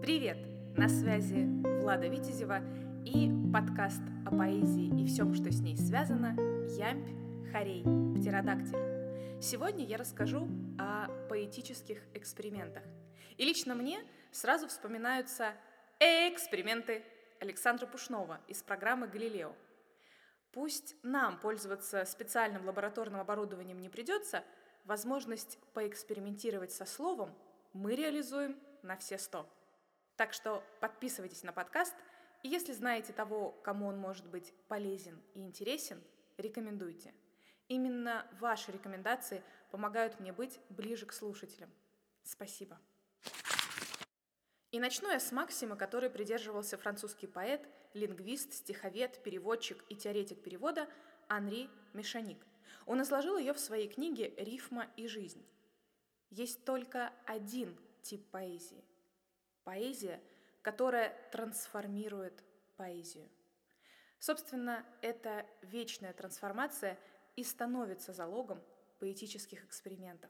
Привет! На связи Влада Витязева и подкаст о поэзии и всем, что с ней связано «Ямбь, хорей, птеродактиль». Сегодня я расскажу о поэтических экспериментах. И лично мне сразу вспоминаются эксперименты Александра Пушнова из программы «Галилео». Пусть нам пользоваться специальным лабораторным оборудованием не придется, возможность поэкспериментировать со словом мы реализуем на все 100. Так что подписывайтесь на подкаст, и если знаете того, кому он может быть полезен и интересен, рекомендуйте. Именно ваши рекомендации помогают мне быть ближе к слушателям. Спасибо. И начну я с максимы, которой придерживался французский поэт, лингвист, стиховед, переводчик и теоретик перевода Анри Мешаник. Он изложил ее в своей книге «Рифма и жизнь». Есть только один тип поэзии. Поэзия, которая трансформирует поэзию. Собственно, эта вечная трансформация и становится залогом поэтических экспериментов.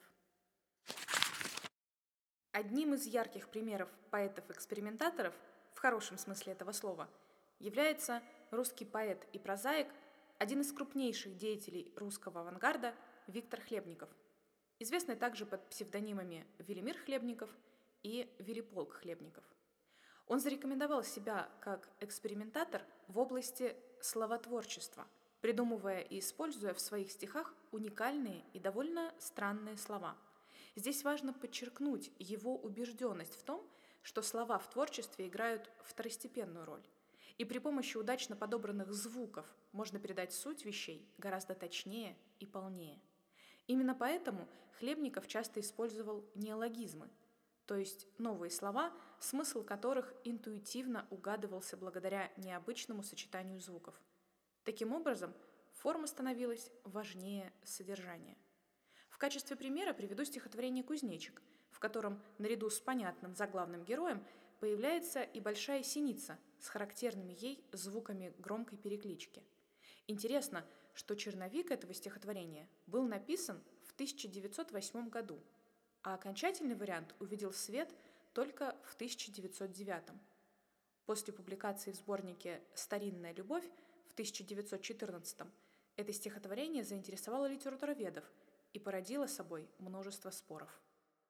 Одним из ярких примеров поэтов-экспериментаторов, в хорошем смысле этого слова, является русский поэт и прозаик, один из крупнейших деятелей русского авангарда Виктор Хлебников, известный также под псевдонимами Велимир Хлебников и Велиполк Хлебников. Он зарекомендовал себя как экспериментатор в области словотворчества, придумывая и используя в своих стихах уникальные и довольно странные слова. Здесь важно подчеркнуть его убежденность в том, что слова в творчестве играют второстепенную роль. И при помощи удачно подобранных звуков можно передать суть вещей гораздо точнее и полнее. Именно поэтому Хлебников часто использовал неологизмы, то есть новые слова, смысл которых интуитивно угадывался благодаря необычному сочетанию звуков. Таким образом, форма становилась важнее содержания. В качестве примера приведу стихотворение «Кузнечик», в котором наряду с понятным заглавным героем появляется и большая синица с характерными ей звуками громкой переклички. Интересно, что черновик этого стихотворения был написан в 1908 году, а окончательный вариант увидел свет только в 1909. После публикации в сборнике «Старинная любовь» в 1914 это стихотворение заинтересовало литературоведов и породило собой множество споров.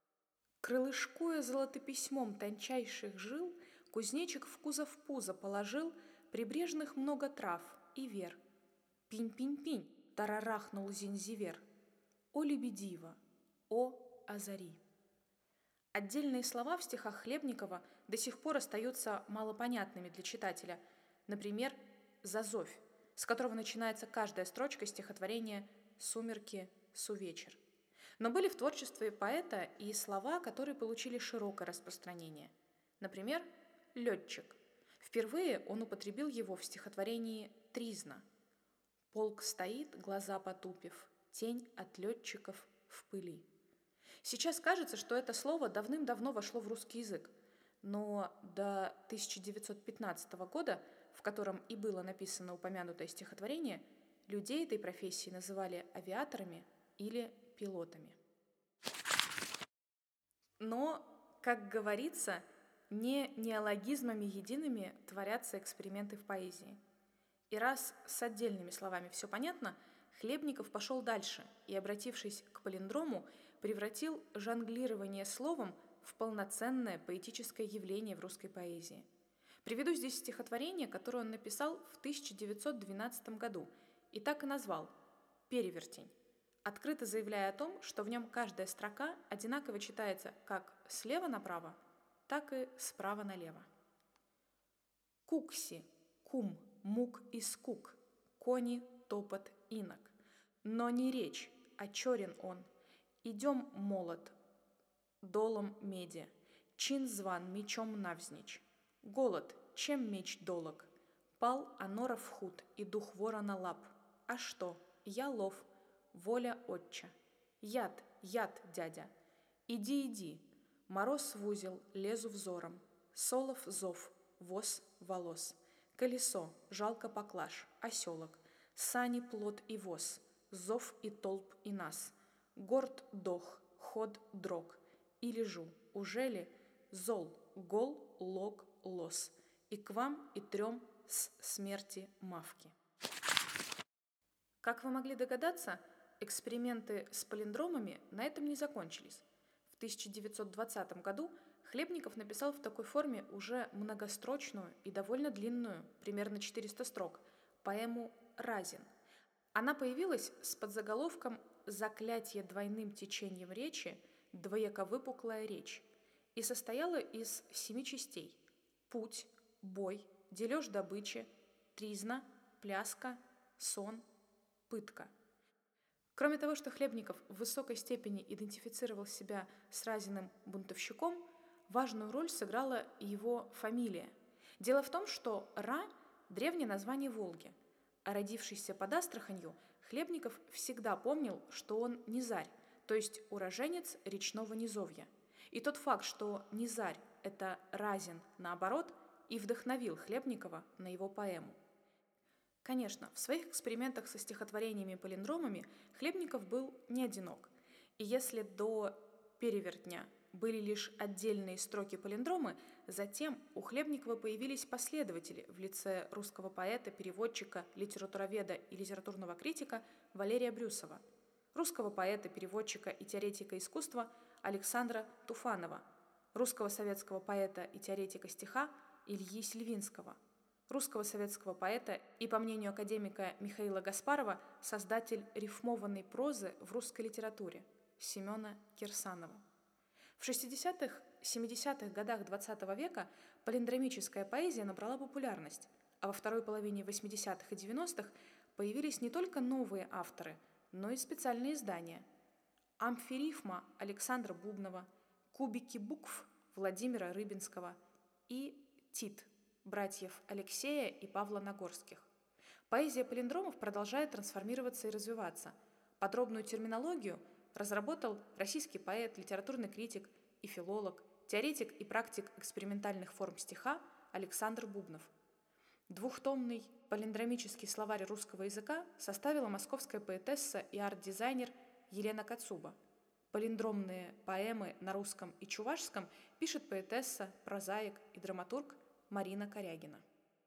Крылышкуя золотописьмом тончайших жил, кузнечик в кузов пуза положил прибрежных много трав и вер. Пинь-пинь-пинь, тарарахнул зинзивер. О, лебедива, о, озари. Отдельные слова в стихах Хлебникова до сих пор остаются малопонятными для читателя. Например, «Зазовь», с которого начинается каждая строчка стихотворения «Сумерки, сувечер». Но были в творчестве поэта и слова, которые получили широкое распространение. Например, «летчик». Впервые он употребил его в стихотворении «Тризна». «Полк стоит, глаза потупив, тень от летчиков в пыли». Сейчас кажется, что это слово давным-давно вошло в русский язык, но до 1915 года, в котором и было написано упомянутое стихотворение, людей этой профессии называли авиаторами или пилотами. Но, как говорится, не неологизмами едиными творятся эксперименты в поэзии. И раз с отдельными словами все понятно, Хлебников пошел дальше и, обратившись к палиндрому, превратил жонглирование словом в полноценное поэтическое явление в русской поэзии. Приведу здесь стихотворение, которое он написал в 1912 году, и так и назвал «Перевертень», открыто заявляя о том, что в нем каждая строка одинаково читается как слева направо, так и справа налево. «Кукси, кум, мук и скук, кони, топот, инок. Но не речь, а черен он. Идем, молот, долом меди, чин зван мечом навзничь. Голод, чем меч долог? Пал аноров худ и дух ворона лап. А что, я лов, воля отча. Яд, яд, дядя. Иди, иди, мороз в узел, лезу взором. Солов зов, воз волос. Колесо, жалко поклаж, оселок. Сани, плот и воз, зов и толп и нас. Горд дох, ход дрог. И лежу, ужели зол, гол, лог, лос, и к вам, и трем с смерти мавки. Как вы могли догадаться, эксперименты с палиндромами на этом не закончились. В 1920 году Хлебников написал в такой форме уже многострочную и довольно длинную, примерно 400 строк, поэму «Разин». Она появилась с подзаголовком «Заклятие двойным течением речи, двояковыпуклая речь» и состояла из 7 частей: путь, бой, дележ добычи, тризна, пляска, сон, пытка. Кроме того, что Хлебников в высокой степени идентифицировал себя с Разиным бунтовщиком, важную роль сыграла его фамилия. Дело в том, что Ра – древнее название Волги, а родившийся под Астраханью, Хлебников всегда помнил, что он низарь, то есть уроженец речного низовья. И тот факт, что низарь – это Разин наоборот, и вдохновил Хлебникова на его поэму. Конечно, в своих экспериментах со стихотворениями и палиндромами Хлебников был не одинок. И если до «Перевертня» были лишь отдельные строки-палиндромы, затем у Хлебникова появились последователи в лице русского поэта, переводчика, литературоведа и литературного критика Валерия Брюсова, русского поэта, переводчика и теоретика искусства Александра Туфанова, русского советского поэта и теоретика стиха Ильи Сильвинского, русского советского поэта и, по мнению академика Михаила Гаспарова, создатель рифмованной прозы в русской литературе Семена Кирсанова. В 60-х, 70-х годах XX века палиндромическая поэзия набрала популярность, а во второй половине 80-х и 90-х появились не только новые авторы, но и специальные издания. Амфирифма Александра Бубнова, Кубики букв Владимира Рыбинского и Тит братьев Алексея и Павла Нагорских. Поэзия палиндромов продолжает трансформироваться и развиваться. Подробную терминологию разработал российский поэт, литературный критик и филолог, теоретик и практик экспериментальных форм стиха Александр Бубнов. Двухтомный палиндромический словарь русского языка составила московская поэтесса и арт-дизайнер Елена Кацуба. Палиндромные поэмы на русском и чувашском пишет поэтесса, прозаик и драматург Марина Корягина.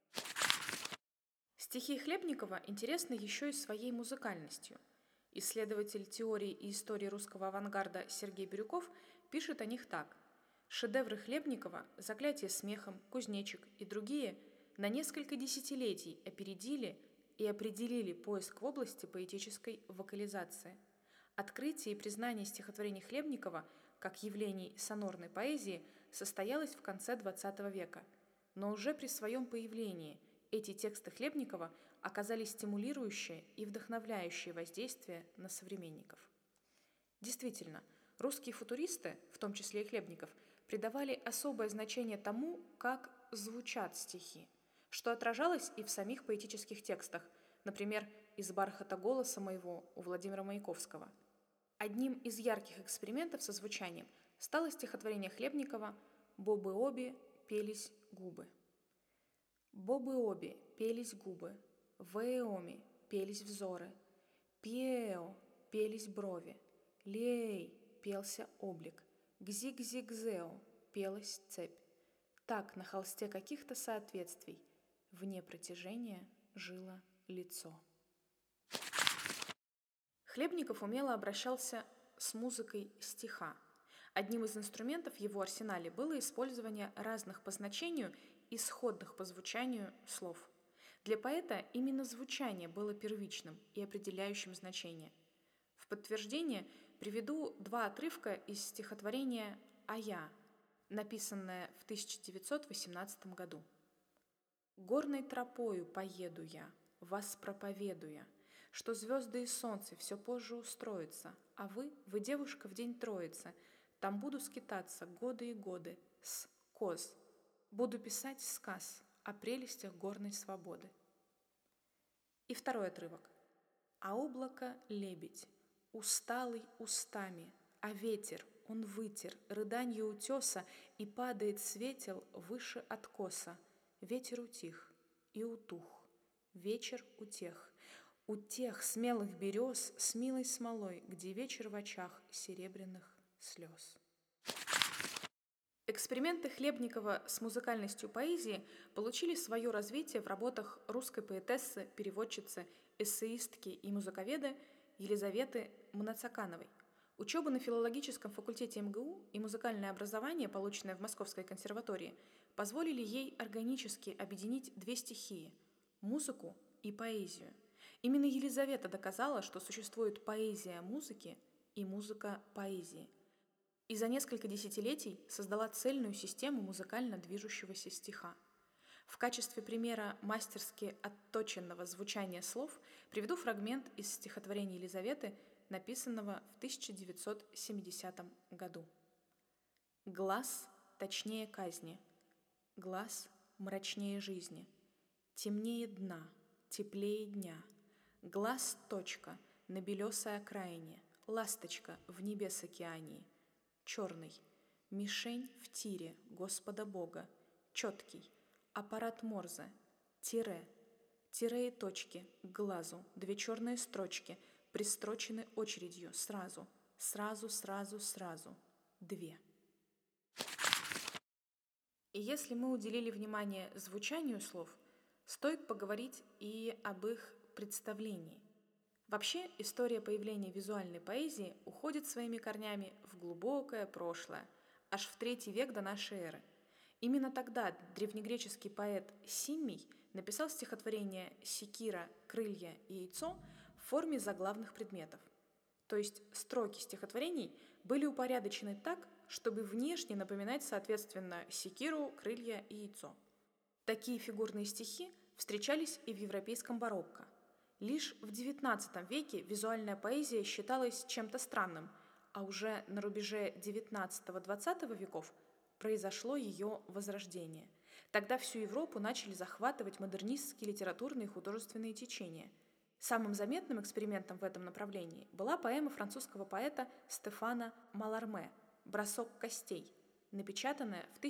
Стихи Хлебникова интересны еще и своей музыкальностью. Исследователь теории и истории русского авангарда Сергей Бирюков пишет о них так. Шедевры Хлебникова «Заклятие смехом», «Кузнечик» и другие на несколько десятилетий опередили и определили поиск в области поэтической вокализации. Открытие и признание стихотворений Хлебникова как явлений сонорной поэзии состоялось в конце XX века, но уже при своем появлении эти тексты Хлебникова оказали стимулирующее и вдохновляющее воздействие на современников. Действительно, русские футуристы, в том числе и Хлебников, придавали особое значение тому, как звучат стихи, что отражалось и в самих поэтических текстах, например, «Из бархата голоса моего» у Владимира Маяковского. Одним из ярких экспериментов со звучанием стало стихотворение Хлебникова «Бобы-обе пелись губы». Бобы-обе пелись губы, вэоми пелись взоры, пьео пелись брови, лей пелся облик, гзиг-зиг-зео пелась цепь. Так на холсте каких-то соответствий вне протяжения жило лицо. Хлебников умело обращался с музыкой стиха. Одним из инструментов в его арсенале было использование разных по значению и сходных по звучанию слов. Для поэта именно звучание было первичным и определяющим значение. В подтверждение приведу два отрывка из стихотворения «А я», написанное в 1918 году. «Горной тропою поеду я, вас проповедуя, что звезды и солнце все позже устроятся, а вы девушка в день Троицы, там буду скитаться годы и годы, с коз. Буду писать сказ о прелестях горной свободы». И второй отрывок. «А облако — лебедь, усталый устами, а ветер, он вытер рыданье утеса и падает светел выше откоса. Ветер утих и утух, вечер утех, у тех смелых берез с милой смолой, где вечер в очах серебряных слез». Эксперименты Хлебникова с музыкальностью поэзии получили свое развитие в работах русской поэтессы, переводчицы, эссеистки и музыковеда Елизаветы Мнацакановой. Учеба на филологическом факультете МГУ и музыкальное образование, полученное в Московской консерватории, позволили ей органически объединить две стихии – музыку и поэзию. Именно Елизавета доказала, что существует поэзия музыки и музыка поэзии. И за несколько десятилетий создала цельную систему музыкально движущегося стиха. В качестве примера мастерски отточенного звучания слов приведу фрагмент из стихотворения Елизаветы, написанного в 1970 году. «Глаз точнее казни, глаз мрачнее жизни, темнее дна, теплее дня, глаз точка на белесой окраине, ласточка в небес океании, черный, мишень в тире Господа Бога, четкий, аппарат Морзе, тире и точки к глазу, две черные строчки, пристрочены очередью сразу, две». И если мы уделили внимание звучанию слов, стоит поговорить и об их представлении. Вообще, история появления визуальной поэзии уходит своими корнями в глубокое прошлое, аж в III век до нашей эры. Именно тогда древнегреческий поэт Симмий написал стихотворение «Секира, крылья и яйцо» в форме заглавных предметов. То есть строки стихотворений были упорядочены так, чтобы внешне напоминать, соответственно, секиру, крылья и яйцо. Такие фигурные стихи встречались и в европейском барокко. Лишь в XIX веке визуальная поэзия считалась чем-то странным, а уже на рубеже XIX-XX веков произошло ее возрождение. Тогда всю Европу начали захватывать модернистские литературные и художественные течения. Самым заметным экспериментом в этом направлении была поэма французского поэта Стефана Маларме «Бросок костей», напечатанная в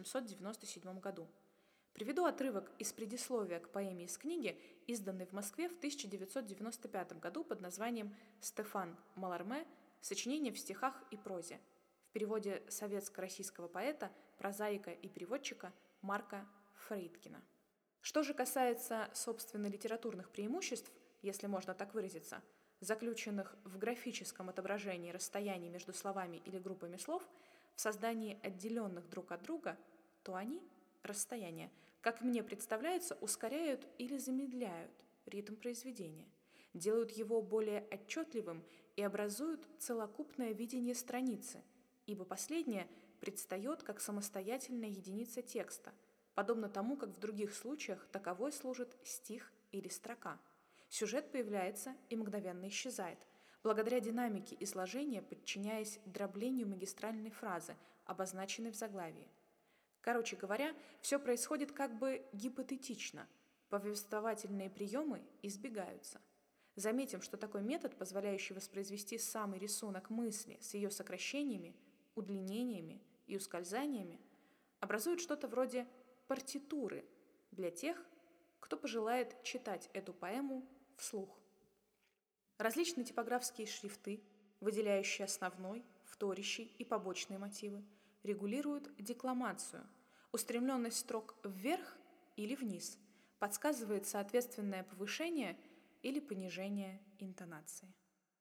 1897 году. Приведу отрывок из предисловия к поэме из книги, изданной в Москве в 1995 году под названием «Стефан Маларме. Сочинение в стихах и прозе», в переводе советско-российского поэта, прозаика и переводчика Марка Фрейдкина. Что же касается, собственно, литературных преимуществ, если можно так выразиться, заключенных в графическом отображении расстояний между словами или группами слов, в создании отделенных друг от друга, то они, расстояния, как мне представляется, ускоряют или замедляют ритм произведения, делают его более отчетливым и образуют целокупное видение страницы, ибо последнее предстает как самостоятельная единица текста, подобно тому, как в других случаях таковой служит стих или строка. Сюжет появляется и мгновенно исчезает, благодаря динамике изложения, подчиняясь дроблению магистральной фразы, обозначенной в заглавии. Короче говоря, все происходит как бы гипотетично, повествовательные приемы избегаются. Заметим, что такой метод, позволяющий воспроизвести самый рисунок мысли с ее сокращениями, удлинениями и ускользаниями, образует что-то вроде партитуры для тех, кто пожелает читать эту поэму вслух. Различные типографские шрифты, выделяющие основной, вторящий и побочные мотивы, регулируют декламацию. Устремленность строк вверх или вниз подсказывает соответственное повышение или понижение интонации.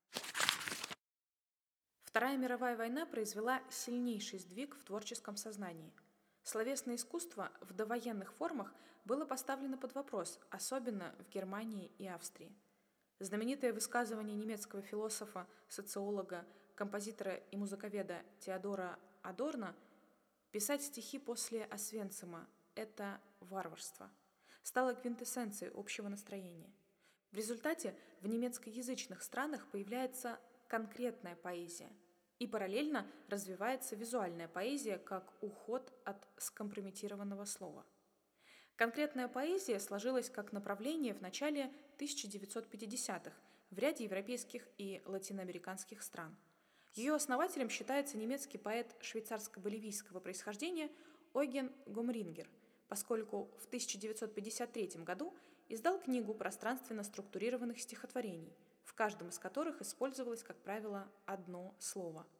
Вторая мировая война произвела сильнейший сдвиг в творческом сознании. Словесное искусство в довоенных формах было поставлено под вопрос, особенно в Германии и Австрии. Знаменитое высказывание немецкого философа, социолога, композитора и музыковеда Теодора Адорно «Писать стихи после Освенцима – это варварство» стало квинтэссенцией общего настроения. В результате в немецкоязычных странах появляется конкретная поэзия, и параллельно развивается визуальная поэзия как уход от скомпрометированного слова. Конкретная поэзия сложилась как направление в начале 1950-х в ряде европейских и латиноамериканских стран. Ее основателем считается немецкий поэт швейцарско-боливийского происхождения Ойген Гомрингер, поскольку в 1953 году издал книгу пространственно структурированных стихотворений, в каждом из которых использовалось, как правило, одно слово.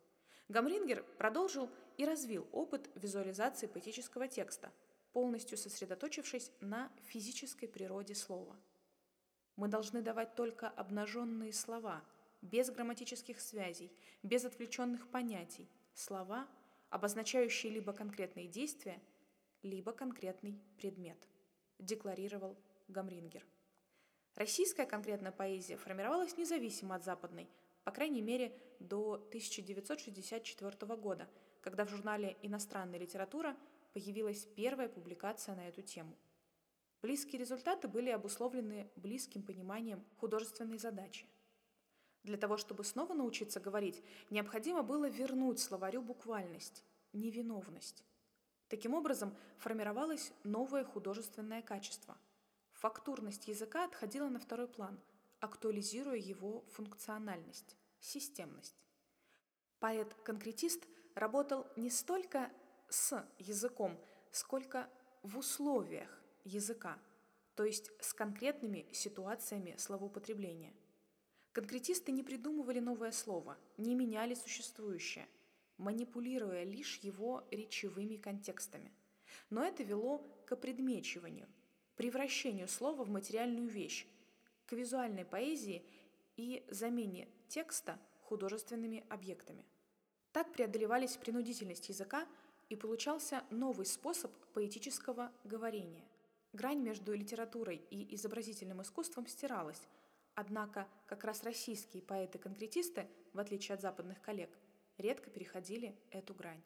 Гамрингер продолжил и развил опыт визуализации поэтического текста, полностью сосредоточившись на физической природе слова. Мы должны давать только обнаженные слова, без грамматических связей, без отвлеченных понятий, слова, обозначающие либо конкретные действия, либо конкретный предмет, декларировал Гамрингер. Российская конкретная поэзия формировалась независимо от западной, по крайней мере, до 1964 года, когда в журнале «Иностранная литература» появилась первая публикация на эту тему. Близкие результаты были обусловлены близким пониманием художественной задачи. Для того, чтобы снова научиться говорить, необходимо было вернуть словарю буквальность, невиновность. Таким образом, формировалось новое художественное качество. Фактурность языка отходила на второй план, актуализируя его функциональность, системность. Поэт-конкретист работал не столько с языком, сколько в условиях языка, то есть с конкретными ситуациями словоупотребления. Конкретисты не придумывали новое слово, не меняли существующее, манипулируя лишь его речевыми контекстами. Но это вело к опредмечиванию, превращению слова в материальную вещь, к визуальной поэзии и замене текста художественными объектами. Так преодолевались принудительность языка и получался новый способ поэтического говорения. Грань между литературой и изобразительным искусством стиралась, однако как раз российские поэты-конкретисты, в отличие от западных коллег, редко переходили эту грань.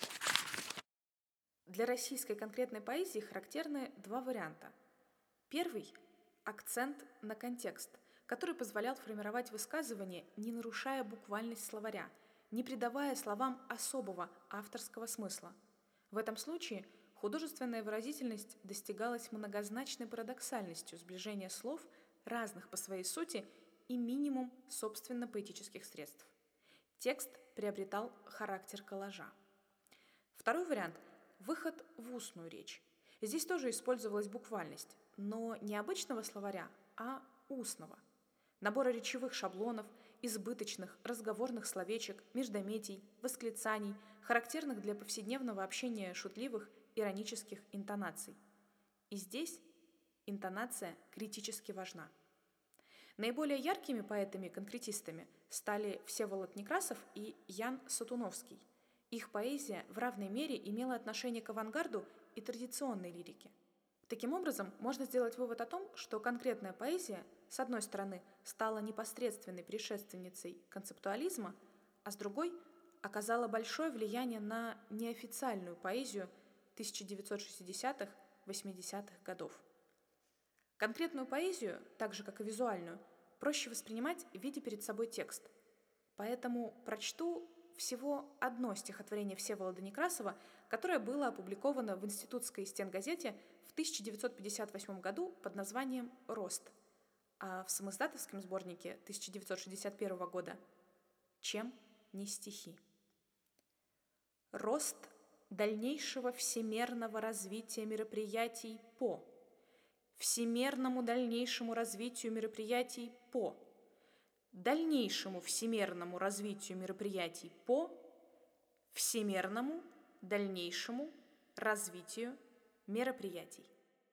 Для российской конкретной поэзии характерны два варианта. Первый – акцент на контекст, который позволял формировать высказывание, не нарушая буквальность словаря, не придавая словам особого авторского смысла. В этом случае художественная выразительность достигалась многозначной парадоксальностью сближения слов, разных по своей сути, и минимум собственно поэтических средств. Текст приобретал характер коллажа. Второй вариант – выход в устную речь. Здесь тоже использовалась буквальность, но не обычного словаря, а устного. Набора речевых шаблонов, избыточных разговорных словечек, междометий, восклицаний, характерных для повседневного общения шутливых, иронических интонаций. И здесь интонация критически важна. Наиболее яркими поэтами-конкретистами стали Всеволод Некрасов и Ян Сатуновский. Их поэзия в равной мере имела отношение к авангарду и традиционной лирике. Таким образом, можно сделать вывод о том, что конкретная поэзия, с одной стороны, стала непосредственной предшественницей концептуализма, а с другой оказала большое влияние на неофициальную поэзию 1960-80-х годов. Конкретную поэзию, так же как и визуальную, проще воспринимать, видя перед собой текст. Поэтому прочту всего одно стихотворение Всеволода Некрасова, которое было опубликовано в Институтской стенгазете в 1958 году под названием «Рост», а в самоиздатовском сборнике 1961 года «Чем не стихи». Рост дальнейшего всемерного развития мероприятий по всемерному дальнейшему развитию мероприятий по дальнейшему всемерному развитию мероприятий по всемерному дальнейшему развитию мероприятий.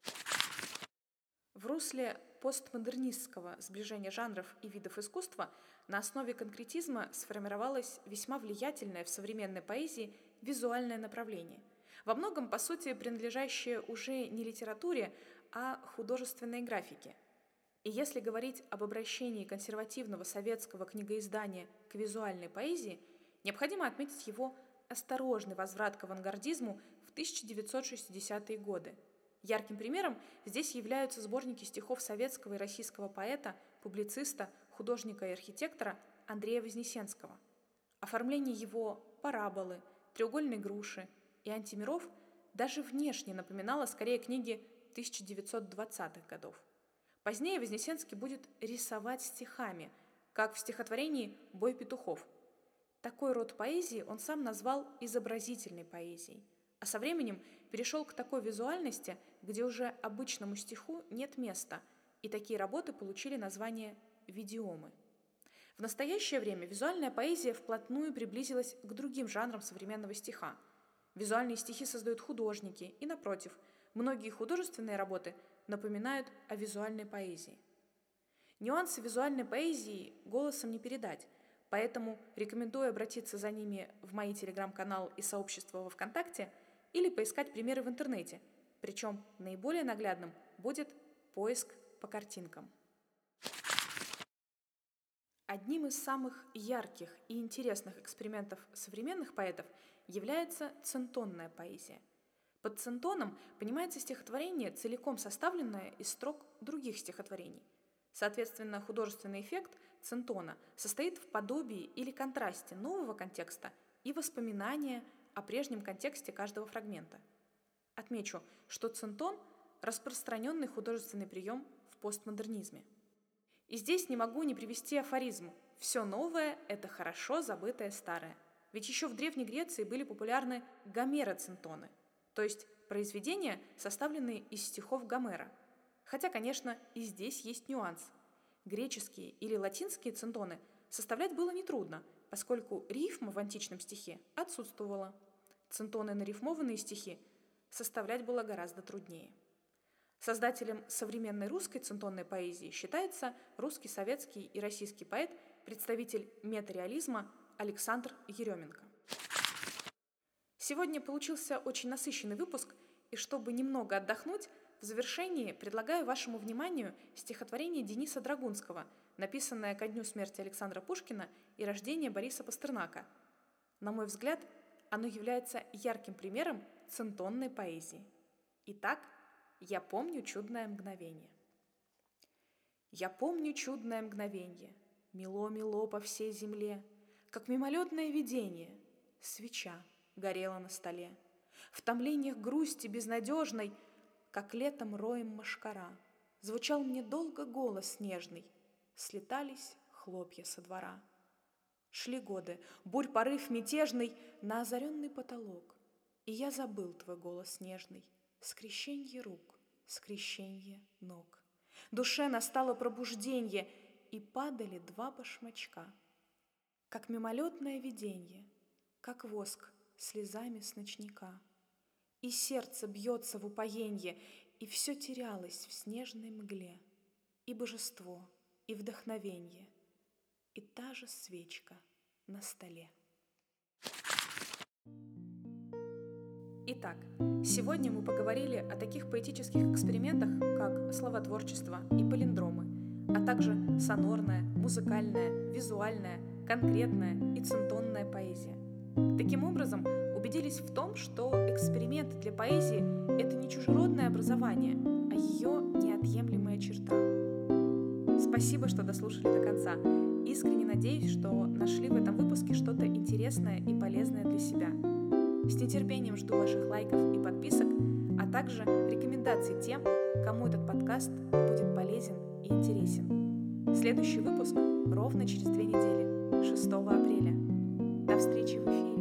В русле постмодернистского сближения жанров и видов искусства на основе конкретизма сформировалось весьма влиятельное в современной поэзии визуальное направление, во многом, по сути, принадлежащее уже не литературе, а художественной графике. И если говорить об обращении консервативного советского книгоиздания к визуальной поэзии, необходимо отметить его осторожный возврат к авангардизму в 1960-е годы. Ярким примером здесь являются сборники стихов советского и российского поэта, публициста, художника и архитектора Андрея Вознесенского. Оформление его «Параболы», «Треугольной груши» и «Антимиров» даже внешне напоминало скорее книги 1920-х годов. Позднее Вознесенский будет рисовать стихами, как в стихотворении «Бой петухов». Такой род поэзии он сам назвал изобразительной поэзией, а со временем перешел к такой визуальности, где уже обычному стиху нет места, и такие работы получили название «видиомы». В В настоящее время визуальная поэзия вплотную приблизилась к другим жанрам современного стиха. Визуальные стихи создают художники, и, напротив, многие художественные работы напоминают о визуальной поэзии. Нюансы визуальной поэзии голосом не передать, поэтому рекомендую обратиться за ними в мои телеграм-канал и сообщество во ВКонтакте или поискать примеры в интернете, причем наиболее наглядным будет поиск по картинкам. Одним из самых ярких и интересных экспериментов современных поэтов является центонная поэзия. Под центоном понимается стихотворение, целиком составленное из строк других стихотворений. Соответственно, художественный эффект центона состоит в подобии или контрасте нового контекста и воспоминания о прежнем контексте каждого фрагмента. Отмечу, что центон – распространенный художественный прием в постмодернизме. И здесь не могу не привести афоризм «все новое – это хорошо забытое старое». Ведь еще в Древней Греции были популярны гомероцентоны, то есть произведения, составленные из стихов Гомера. Хотя, конечно, и здесь есть нюанс. Греческие или латинские центоны составлять было нетрудно, поскольку рифма в античном стихе отсутствовала. Центоны на рифмованные стихи составлять было гораздо труднее. Создателем современной русской центонной поэзии считается русский, советский и российский поэт, представитель метареализма Александр Еременко. Сегодня получился очень насыщенный выпуск, и чтобы немного отдохнуть, в завершении предлагаю вашему вниманию стихотворение Дениса Драгунского, написанное ко дню смерти Александра Пушкина и рождения Бориса Пастернака. На мой взгляд, оно является ярким примером центонной поэзии. Итак, я помню чудное мгновенье. Я помню чудное мгновенье, мело-мело по всей земле, как мимолетное видение, свеча горела на столе. В томлениях грусти безнадежной, как летом роем мошкара, звучал мне долго голос нежный, слетались хлопья со двора. Шли годы, бурь порыв мятежный на озаренный потолок, и я забыл твой голос нежный, скрещенье рук, скрещенье ног. Душе настало пробужденье, и падали два башмачка, как мимолетное виденье, как воск слезами с ночника. И сердце бьется в упоенье, и все терялось в снежной мгле, и божество, и вдохновенье, и та же свечка на столе. Итак, сегодня мы поговорили о таких поэтических экспериментах, как словотворчество и палиндромы, а также сонорная, музыкальная, визуальная, конкретная и центонная поэзия. Таким образом, убедились в том, что эксперимент для поэзии – это не чужеродное образование, а ее неотъемлемая черта. Спасибо, что дослушали до конца. Искренне надеюсь, что нашли в этом выпуске что-то интересное и полезное для себя. С нетерпением жду ваших лайков и подписок, а также рекомендаций тем, кому этот подкаст будет полезен и интересен. Следующий выпуск ровно через 2 недели, 6 апреля. До встречи в эфире.